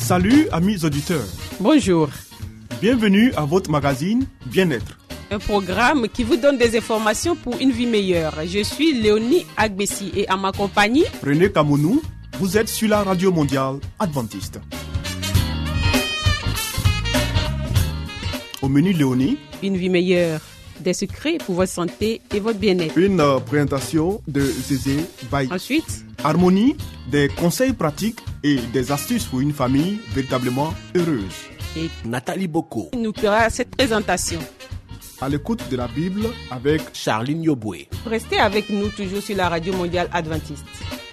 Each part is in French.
Salut amis auditeurs. Bonjour. Bienvenue à votre magazine Bien-être. Un programme qui vous donne des informations pour une vie meilleure. Je suis Léonie Agbessi et à ma compagnie, René Kamounou, vous êtes sur la radio mondiale adventiste. Au menu Léonie, une vie meilleure, des secrets pour votre santé et votre bien-être. Une présentation de Zézé Baye. Ensuite, Harmonie, des conseils pratiques et des astuces pour une famille véritablement heureuse. Et Nathalie Boko nous fera cette présentation. À l'écoute de la Bible avec Charline Yoboué. Restez avec nous toujours sur la radio mondiale adventiste.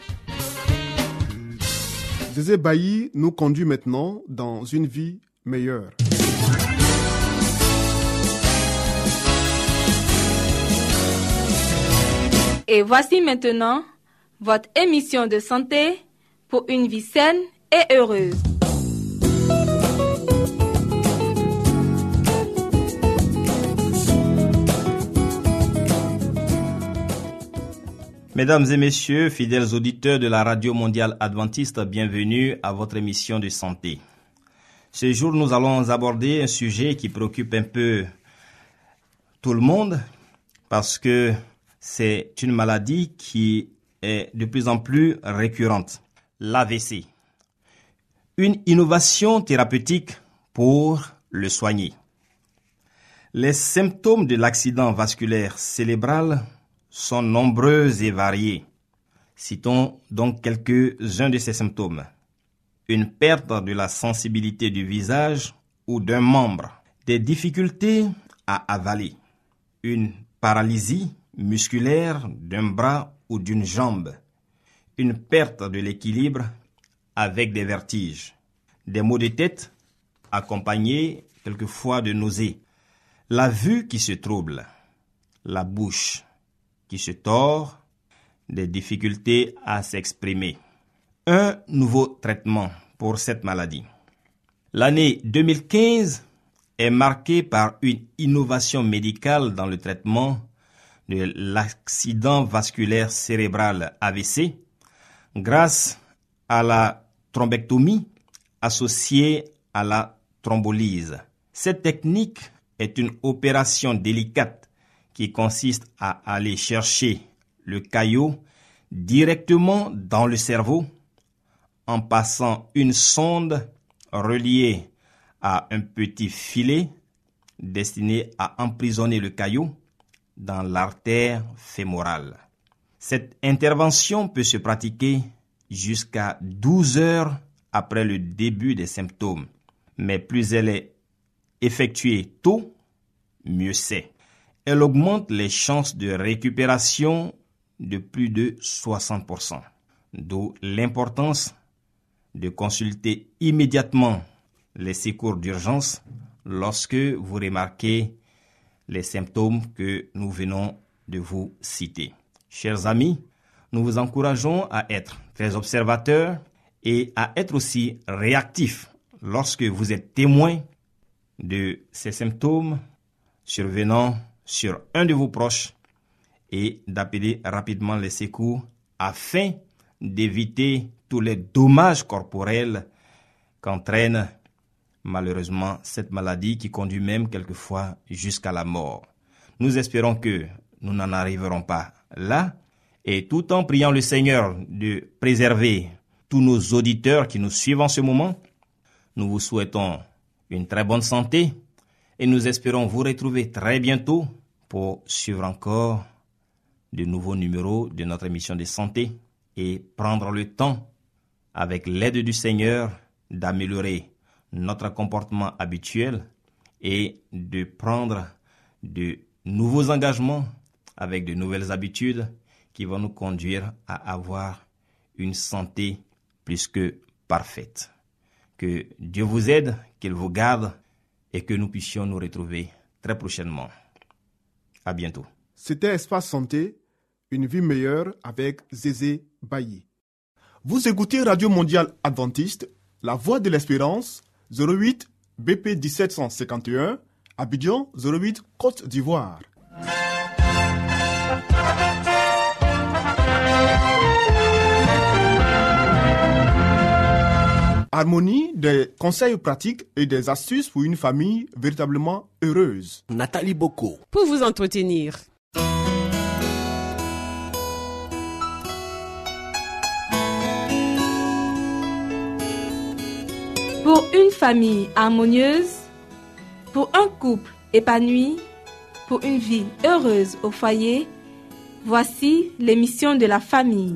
Zézé Baye nous conduit maintenant dans une vie meilleure. Et voici maintenant votre émission de santé pour une vie saine et heureuse. Mesdames et messieurs, fidèles auditeurs de la Radio Mondiale Adventiste, bienvenue à votre émission de santé. Ce jour, nous allons aborder un sujet qui préoccupe un peu tout le monde parce que c'est une maladie qui est de plus en plus récurrente, l'AVC. Une innovation thérapeutique pour le soigner. Les symptômes de l'accident vasculaire cérébral sont nombreux et variés. Citons donc quelques-uns de ces symptômes. Une perte de la sensibilité du visage ou d'un membre, des difficultés à avaler, une paralysie musculaire d'un bras ou d'une jambe, une perte de l'équilibre avec des vertiges, des maux de tête accompagnés quelquefois de nausées, la vue qui se trouble, la bouche qui se tord, des difficultés à s'exprimer. Un nouveau traitement pour cette maladie. L'année 2015 est marquée par une innovation médicale dans le traitement de l'accident vasculaire cérébral AVC grâce à la thrombectomie associée à la thrombolyse. Cette technique est une opération délicate qui consiste à aller chercher le caillot directement dans le cerveau en passant une sonde reliée à un petit filet destiné à emprisonner le caillot dans l'artère fémorale. Cette intervention peut se pratiquer jusqu'à 12 heures après le début des symptômes, mais plus elle est effectuée tôt, mieux c'est. Elle augmente les chances de récupération de plus de 60%, d'où l'importance de consulter immédiatement les secours d'urgence lorsque vous remarquez les symptômes que nous venons de vous citer. Chers amis, nous vous encourageons à être très observateurs et à être aussi réactifs lorsque vous êtes témoin de ces symptômes survenant sur un de vos proches et d'appeler rapidement les secours afin d'éviter tous les dommages corporels qu'entraîne malheureusement cette maladie qui conduit même quelquefois jusqu'à la mort. Nous espérons que nous n'en arriverons pas là et tout en priant le Seigneur de préserver tous nos auditeurs qui nous suivent en ce moment, nous vous souhaitons une très bonne santé et nous espérons vous retrouver très bientôt pour suivre encore de nouveaux numéros de notre émission de santé et prendre le temps, avec l'aide du Seigneur, d'améliorer notre comportement habituel et de prendre de nouveaux engagements avec de nouvelles habitudes qui vont nous conduire à avoir une santé plus que parfaite. Que Dieu vous aide, qu'il vous garde et que nous puissions nous retrouver très prochainement. À bientôt. C'était Espace Santé, une vie meilleure avec Zézé Baye. Vous écoutez Radio Mondiale Adventiste, La Voix de l'Espérance, 08 BP 1751, Abidjan 08 Côte d'Ivoire. Harmonie, des conseils pratiques et des astuces pour une famille véritablement heureuse. Nathalie Boko. Pour vous entretenir. Pour une famille harmonieuse, pour un couple épanoui, pour une vie heureuse au foyer, voici l'émission de la famille.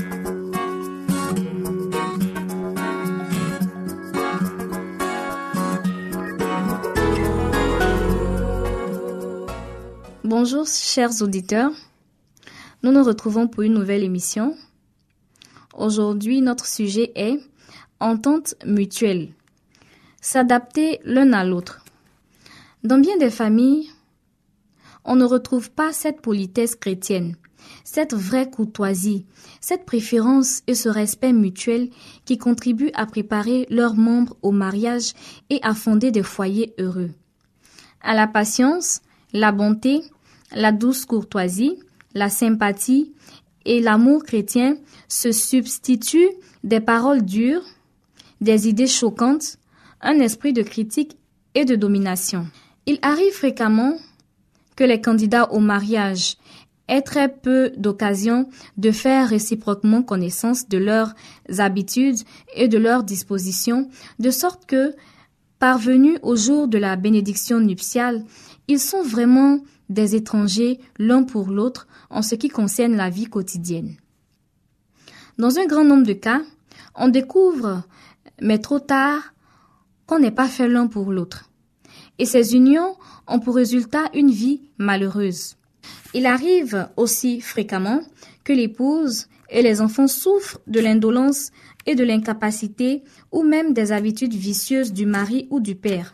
Bonjour chers auditeurs, nous nous retrouvons pour une nouvelle émission. Aujourd'hui, notre sujet est entente mutuelle, s'adapter l'un à l'autre. Dans bien des familles, on ne retrouve pas cette politesse chrétienne, cette vraie courtoisie, cette préférence et ce respect mutuel qui contribuent à préparer leurs membres au mariage et à fonder des foyers heureux. À la patience, la bonté, la douce courtoisie, la sympathie et l'amour chrétien se substituent des paroles dures, des idées choquantes, un esprit de critique et de domination. Il arrive fréquemment que les candidats au mariage aient très peu d'occasions de faire réciproquement connaissance de leurs habitudes et de leurs dispositions, de sorte que, parvenus au jour de la bénédiction nuptiale, ils sont vraiment des étrangers l'un pour l'autre en ce qui concerne la vie quotidienne. Dans un grand nombre de cas, on découvre, mais trop tard, qu'on n'est pas fait l'un pour l'autre. Et ces unions ont pour résultat une vie malheureuse. Il arrive aussi fréquemment que l'épouse et les enfants souffrent de l'indolence et de l'incapacité ou même des habitudes vicieuses du mari ou du père.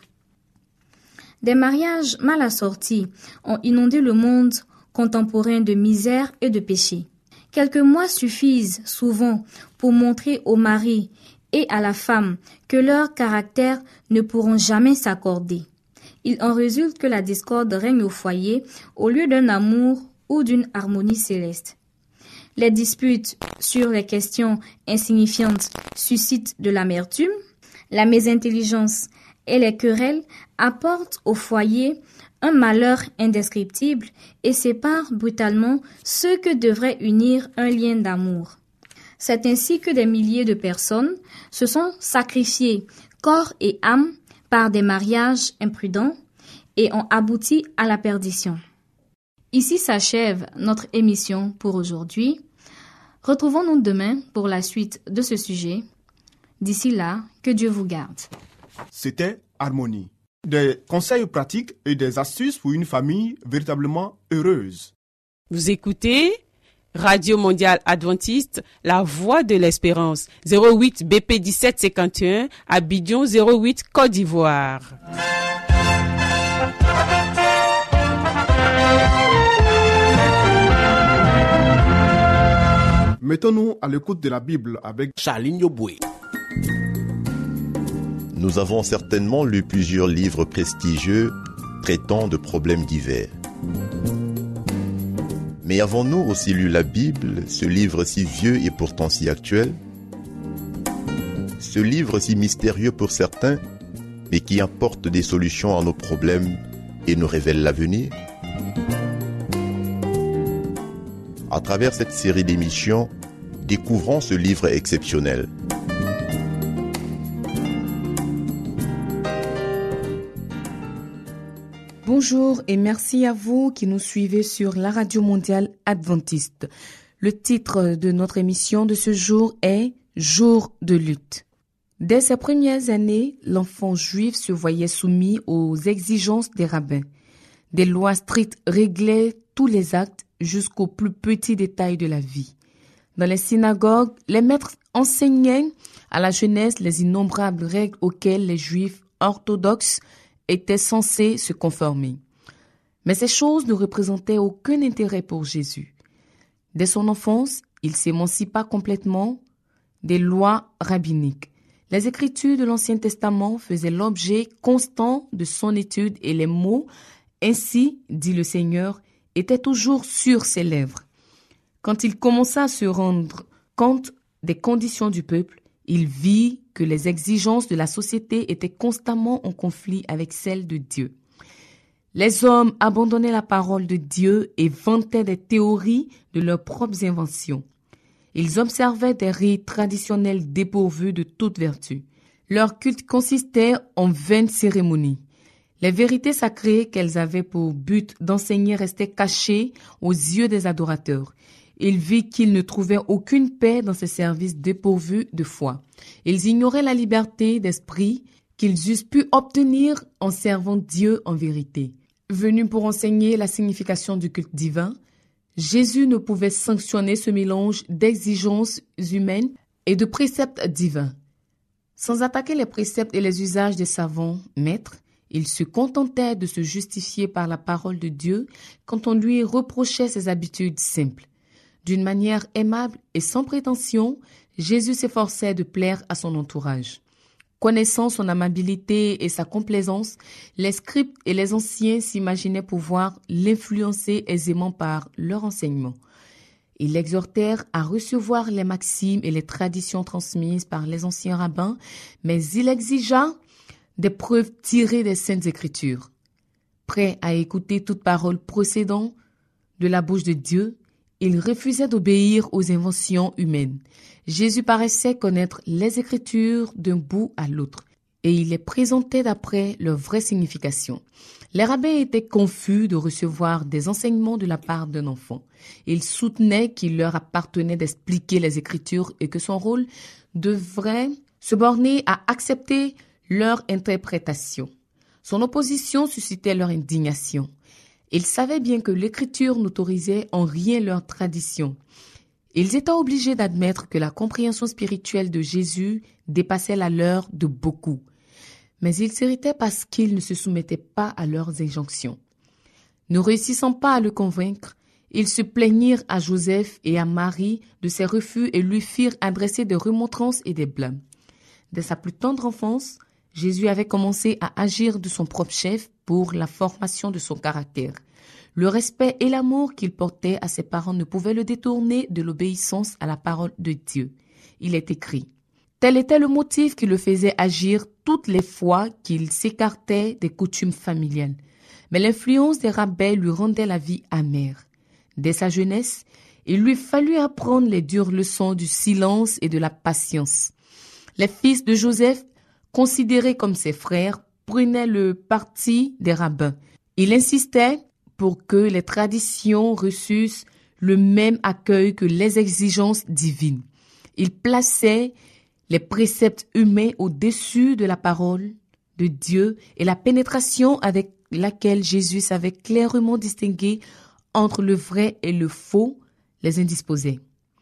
Des mariages mal assortis ont inondé le monde contemporain de misère et de péché. Quelques mois suffisent souvent pour montrer au mari et à la femme que leurs caractères ne pourront jamais s'accorder. Il en résulte que la discorde règne au foyer au lieu d'un amour ou d'une harmonie céleste. Les disputes sur les questions insignifiantes suscitent de l'amertume, la mésintelligence et les querelles apportent au foyer un malheur indescriptible et séparent brutalement ceux que devrait unir un lien d'amour. C'est ainsi que des milliers de personnes se sont sacrifiées corps et âme par des mariages imprudents et ont abouti à la perdition. Ici s'achève notre émission pour aujourd'hui. Retrouvons-nous demain pour la suite de ce sujet. D'ici là, que Dieu vous garde. C'était Harmonie. Des conseils pratiques et des astuces pour une famille véritablement heureuse. Vous écoutez Radio Mondiale Adventiste, la voix de l'espérance, 08 BP 1751, Abidjan 08, Côte d'Ivoire. Mettons-nous à l'écoute de la Bible avec Charline Yoboué. Nous avons certainement lu plusieurs livres prestigieux traitant de problèmes divers. Mais avons-nous aussi lu la Bible, ce livre si vieux et pourtant si actuel? Ce livre si mystérieux pour certains, mais qui apporte des solutions à nos problèmes et nous révèle l'avenir? À travers cette série d'émissions, découvrons ce livre exceptionnel. Bonjour et merci à vous qui nous suivez sur la Radio Mondiale Adventiste. Le titre de notre émission de ce jour est « Jour de lutte ». Dès ses premières années, l'enfant juif se voyait soumis aux exigences des rabbins. Des lois strictes réglaient tous les actes jusqu'aux plus petits détails de la vie. Dans les synagogues, les maîtres enseignaient à la jeunesse les innombrables règles auxquelles les juifs orthodoxes étaient censés se conformer. Mais ces choses ne représentaient aucun intérêt pour Jésus. Dès son enfance, il s'émancipa complètement des lois rabbiniques. Les Écritures de l'Ancien Testament faisaient l'objet constant de son étude et les mots « Ainsi, dit le Seigneur » étaient toujours sur ses lèvres. Quand il commença à se rendre compte des conditions du peuple, Il vit que les exigences de la société étaient constamment en conflit avec celles de Dieu. Les hommes abandonnaient la parole de Dieu et vantaient des théories de leurs propres inventions. Ils observaient des rites traditionnels dépourvus de toute vertu. Leur culte consistait en vaines cérémonies. Les vérités sacrées qu'elles avaient pour but d'enseigner restaient cachées aux yeux des adorateurs. Il vit qu'ils ne trouvaient aucune paix dans ces services dépourvus de foi. Ils ignoraient la liberté d'esprit qu'ils eussent pu obtenir en servant Dieu en vérité. Venu pour enseigner la signification du culte divin, Jésus ne pouvait sanctionner ce mélange d'exigences humaines et de préceptes divins. Sans attaquer les préceptes et les usages des savants maîtres, il se contentait de se justifier par la parole de Dieu quand on lui reprochait ses habitudes simples. D'une manière aimable et sans prétention, Jésus s'efforçait de plaire à son entourage. Connaissant son amabilité et sa complaisance, les scribes et les anciens s'imaginaient pouvoir l'influencer aisément par leur enseignement. Ils l'exhortèrent à recevoir les maximes et les traditions transmises par les anciens rabbins, mais il exigea des preuves tirées des Saintes Écritures. Prêt à écouter toute parole procédant de la bouche de Dieu, il refusait d'obéir aux inventions humaines. Jésus paraissait connaître les Écritures d'un bout à l'autre, et il les présentait d'après leur vraie signification. Les rabbins étaient confus de recevoir des enseignements de la part d'un enfant. Ils soutenaient qu'il leur appartenait d'expliquer les Écritures et que son rôle devrait se borner à accepter leur interprétation. Son opposition suscitait leur indignation. Ils savaient bien que l'Écriture n'autorisait en rien leur tradition. Ils étaient obligés d'admettre que la compréhension spirituelle de Jésus dépassait la leur de beaucoup. Mais ils s'irritaient parce qu'ils ne se soumettaient pas à leurs injonctions. Ne réussissant pas à le convaincre, ils se plaignirent à Joseph et à Marie de ses refus et lui firent adresser des remontrances et des blâmes. Dès sa plus tendre enfance, Jésus avait commencé à agir de son propre chef pour la formation de son caractère. Le respect et l'amour qu'il portait à ses parents ne pouvaient le détourner de l'obéissance à la parole de Dieu. Il est écrit: tel était le motif qui le faisait agir toutes les fois qu'il s'écartait des coutumes familiales. Mais l'influence des rabbins lui rendait la vie amère. Dès sa jeunesse, il lui fallut apprendre les dures leçons du silence et de la patience. Les fils de Joseph, considérés comme ses frères, prenaient le parti des rabbins. Il insistait pour que les traditions reçussent le même accueil que les exigences divines. Il plaçait les préceptes humains au-dessus de la parole de Dieu et la pénétration avec laquelle Jésus savait clairement distinguer entre le vrai et le faux les indisposait.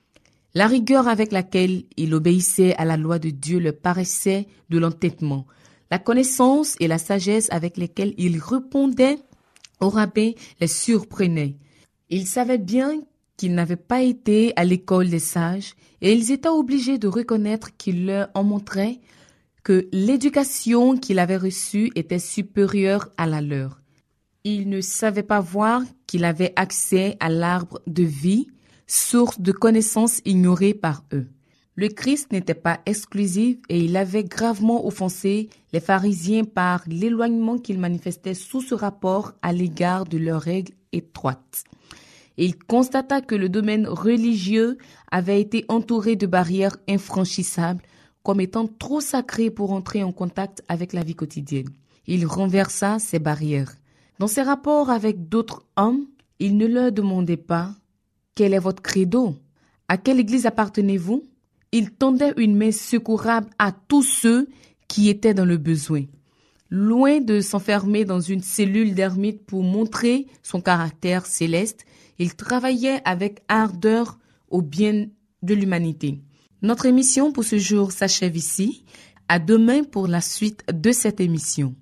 La rigueur avec laquelle il obéissait à la loi de Dieu leur paraissait de l'entêtement. La connaissance et la sagesse avec lesquelles il répondait aux rabbins les surprenaient. Ils savaient bien qu'ils n'avaient pas été à l'école des sages et ils étaient obligés de reconnaître qu'il leur en montrait que l'éducation qu'il avait reçue était supérieure à la leur. Ils ne savaient pas voir qu'il avait accès à l'arbre de vie, source de connaissances ignorée par eux. Le Christ n'était pas exclusif et il avait gravement offensé les pharisiens par l'éloignement qu'il manifestait sous ce rapport à l'égard de leurs règles étroites. Il constata que le domaine religieux avait été entouré de barrières infranchissables comme étant trop sacré pour entrer en contact avec la vie quotidienne. Il renversa ces barrières. Dans ses rapports avec d'autres hommes, il ne leur demandait pas « Quel est votre credo? À quelle église appartenez-vous » Il tendait une main secourable à tous ceux qui étaient dans le besoin. Loin de s'enfermer dans une cellule d'ermite pour montrer son caractère céleste, il travaillait avec ardeur au bien de l'humanité. Notre émission pour ce jour s'achève ici. À demain pour la suite de cette émission.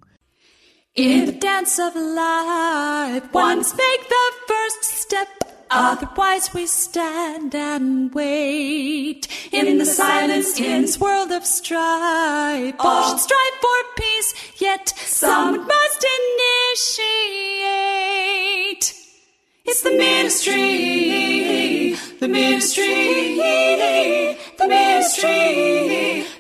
In the dance of life, once make the first step, otherwise we stand and wait. In the silence, in this world of strife, all should strive for peace, yet some must initiate. It's the ministry, the ministry, the ministry,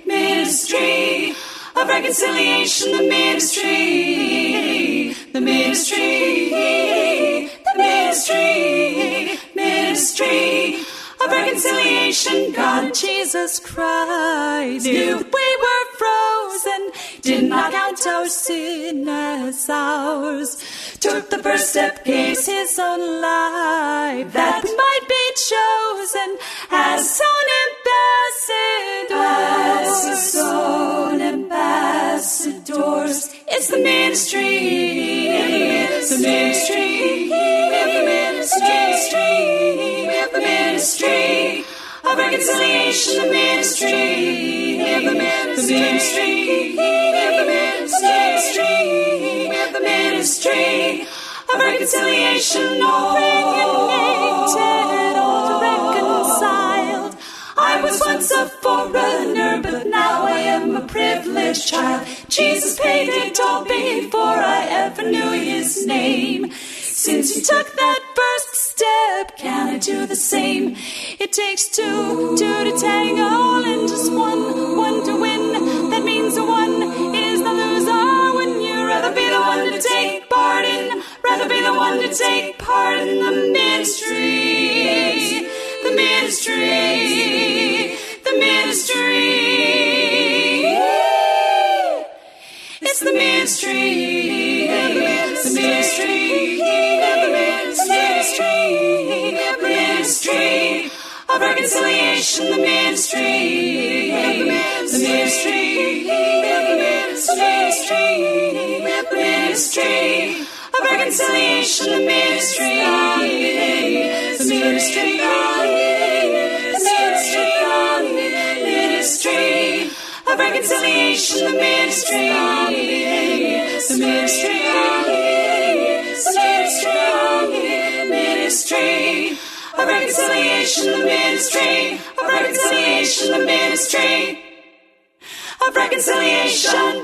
ministry of reconciliation, the ministry, the ministry, the ministry, ministry of reconciliation. God, Jesus Christ, knew that we were frozen, did not count our sin as ours, took the first step, gave his own life, that we might be chosen as his own ambassadors. As his own ambassadors. It's the ministry, the ministry, the ministry, the ministry of reconciliation, the ministry, the ministry, the ministry, the ministry of reconciliation. All reunited, all reconciled. I was once a foreigner, but now I am a privileged child. Jesus paid it all before I ever knew his name. Since he took that first step, can I do the same? It takes two to tango, and just one to win. That means one is the loser when you'd rather be the one to take part in, rather be the one to take part in the ministry, the ministry, the ministry. It's the ministry, the ministry, the ministry of reconciliation, the ministry, the ministry, the ministry of reconciliation, the ministry, the ministry, ministry of reconciliation, the ministry, the ministry, ministry of reconciliation, the ministry of reconciliation, the ministry of reconciliation.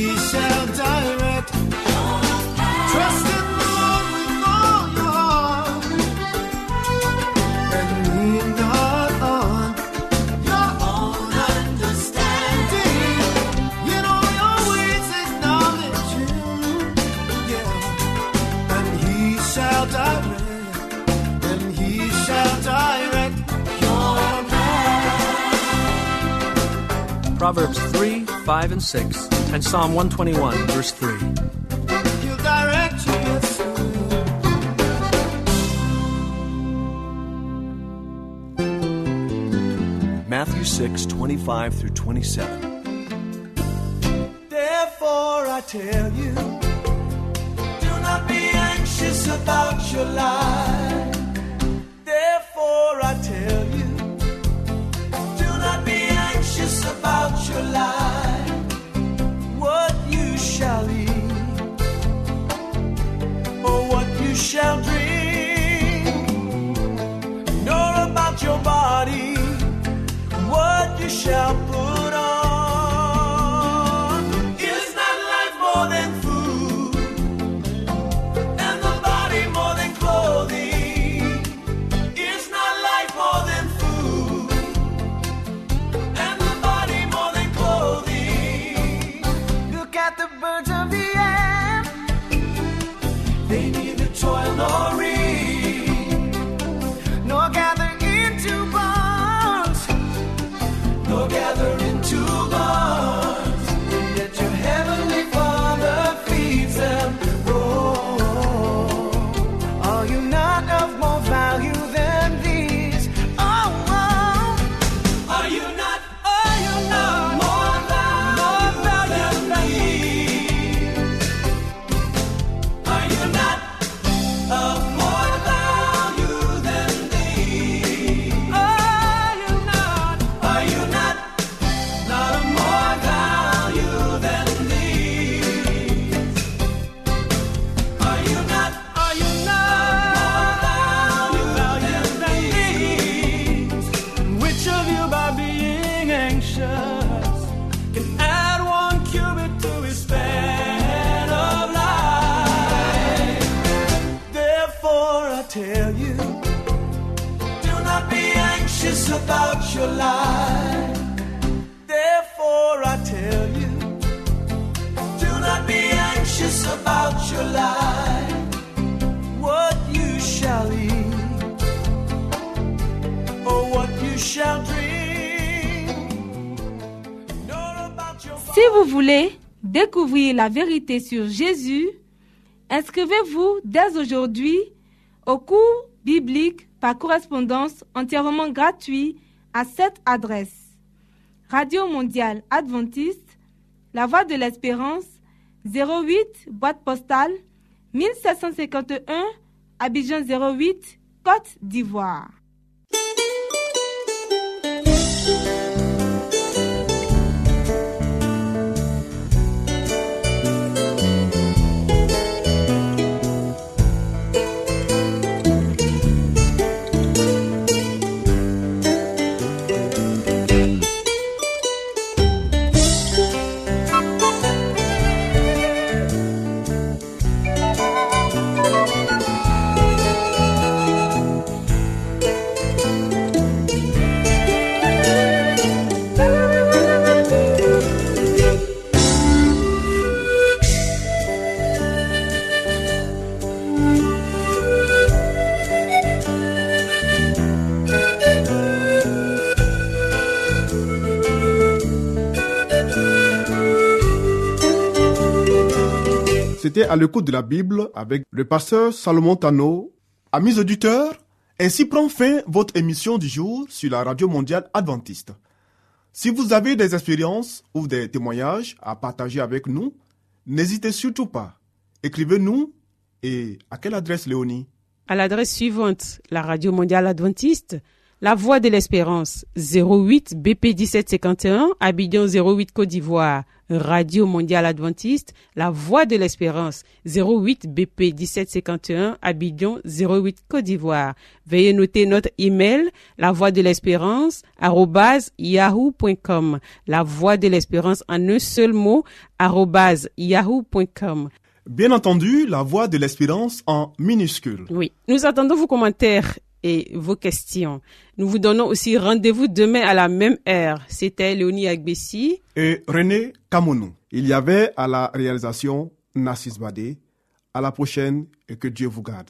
Trust in the Lord with all your heart. Proverbs 3, 5, and 6, and Psalm 121, verse 3. He'll direct you, yes, sir. Matthew 6, 25 through 27. Therefore I tell you, do not be anxious about your life. Therefore I tell you, do not be anxious about your life, what you shall eat, or what you shall drink, nor about your body, what you shall put on. Is not life more than food, and the body more than clothing? Is not life more than food, and the body more than clothing? Look at the birds of the air, they neither toil nor reap, nor gather into barns, nor gather into barns, yet your heavenly Father feeds them. Oh, are you not of more value than these? Oh, are you not more value than these? Are you not of more value than these? Are you not of more value than these? Are you not of more value than these? Which of you by being anxious can add 1 cubit to his span of life? Therefore I tell you, do not be anxious about your life. Therefore I tell you, do not be anxious about your life, what you shall eat, or what you shall drink, nor about your Si vous voulez découvrir la vérité sur Jésus, inscrivez-vous dès aujourd'hui au cours biblique par correspondance entièrement gratuit à cette adresse: Radio Mondiale Adventiste, La Voix de l'Espérance, 08 boîte postale 1751, Abidjan 08, Côte d'Ivoire. C'était à l'écoute de la Bible avec le pasteur Salomon Tano. Amis auditeurs, ainsi prend fin votre émission du jour sur la Radio Mondiale Adventiste. Si vous avez des expériences ou des témoignages à partager avec nous, n'hésitez surtout pas. Écrivez-nous. Et à quelle adresse, Léonie? À l'adresse suivante, la Radio Mondiale Adventiste, La Voix de l'Espérance, 08 BP 1751, Abidjan 08 Côte d'Ivoire. Radio Mondiale Adventiste, La Voix de l'Espérance, 08 BP 1751, Abidjan 08 Côte d'Ivoire. Veuillez noter notre email, lavoixdelespérance@yahoo.com. La Voix de l'Espérance en un seul mot, @yahoo.com. Bien entendu, La Voix de l'Espérance en minuscule. Oui, nous attendons vos commentaires et vos questions. Nous vous donnons aussi rendez-vous demain à la même heure. C'était Léonie Agbessi et René Kamounou. Il y avait à la réalisation Nassis Badé. À la prochaine et que Dieu vous garde.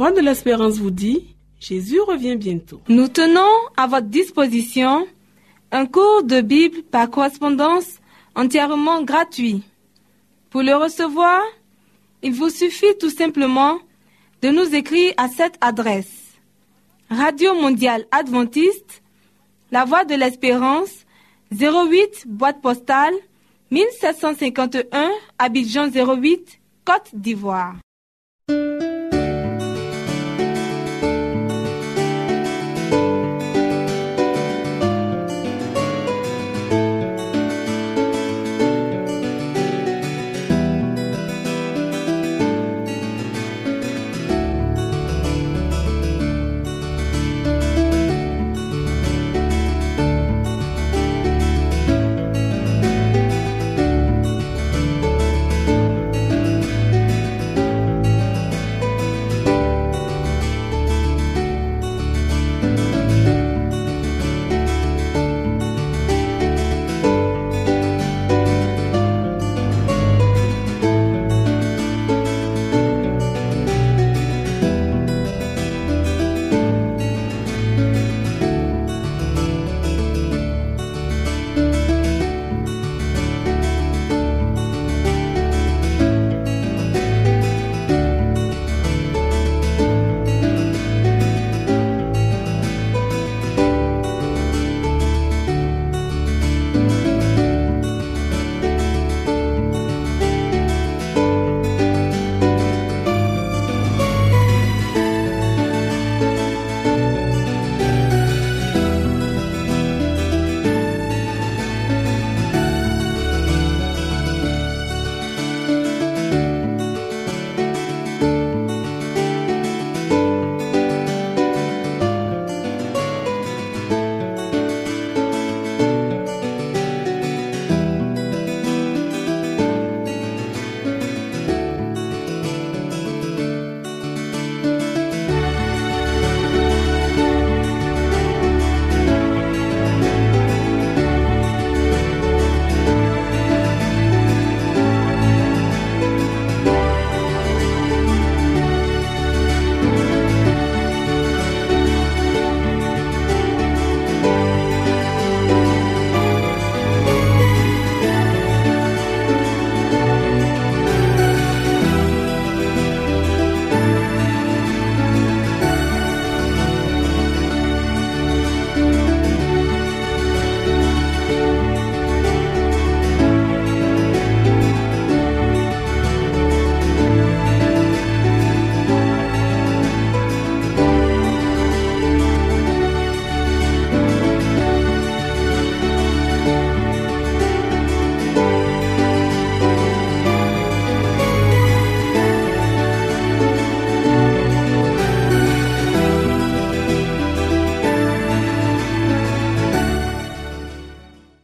Voix de l'Espérance vous dit, Jésus revient bientôt. Nous tenons à votre disposition un cours de Bible par correspondance entièrement gratuit. Pour le recevoir, il vous suffit tout simplement de nous écrire à cette adresse: Radio Mondiale Adventiste, La Voix de l'Espérance, 08 boîte postale 1751, Abidjan 08, Côte d'Ivoire.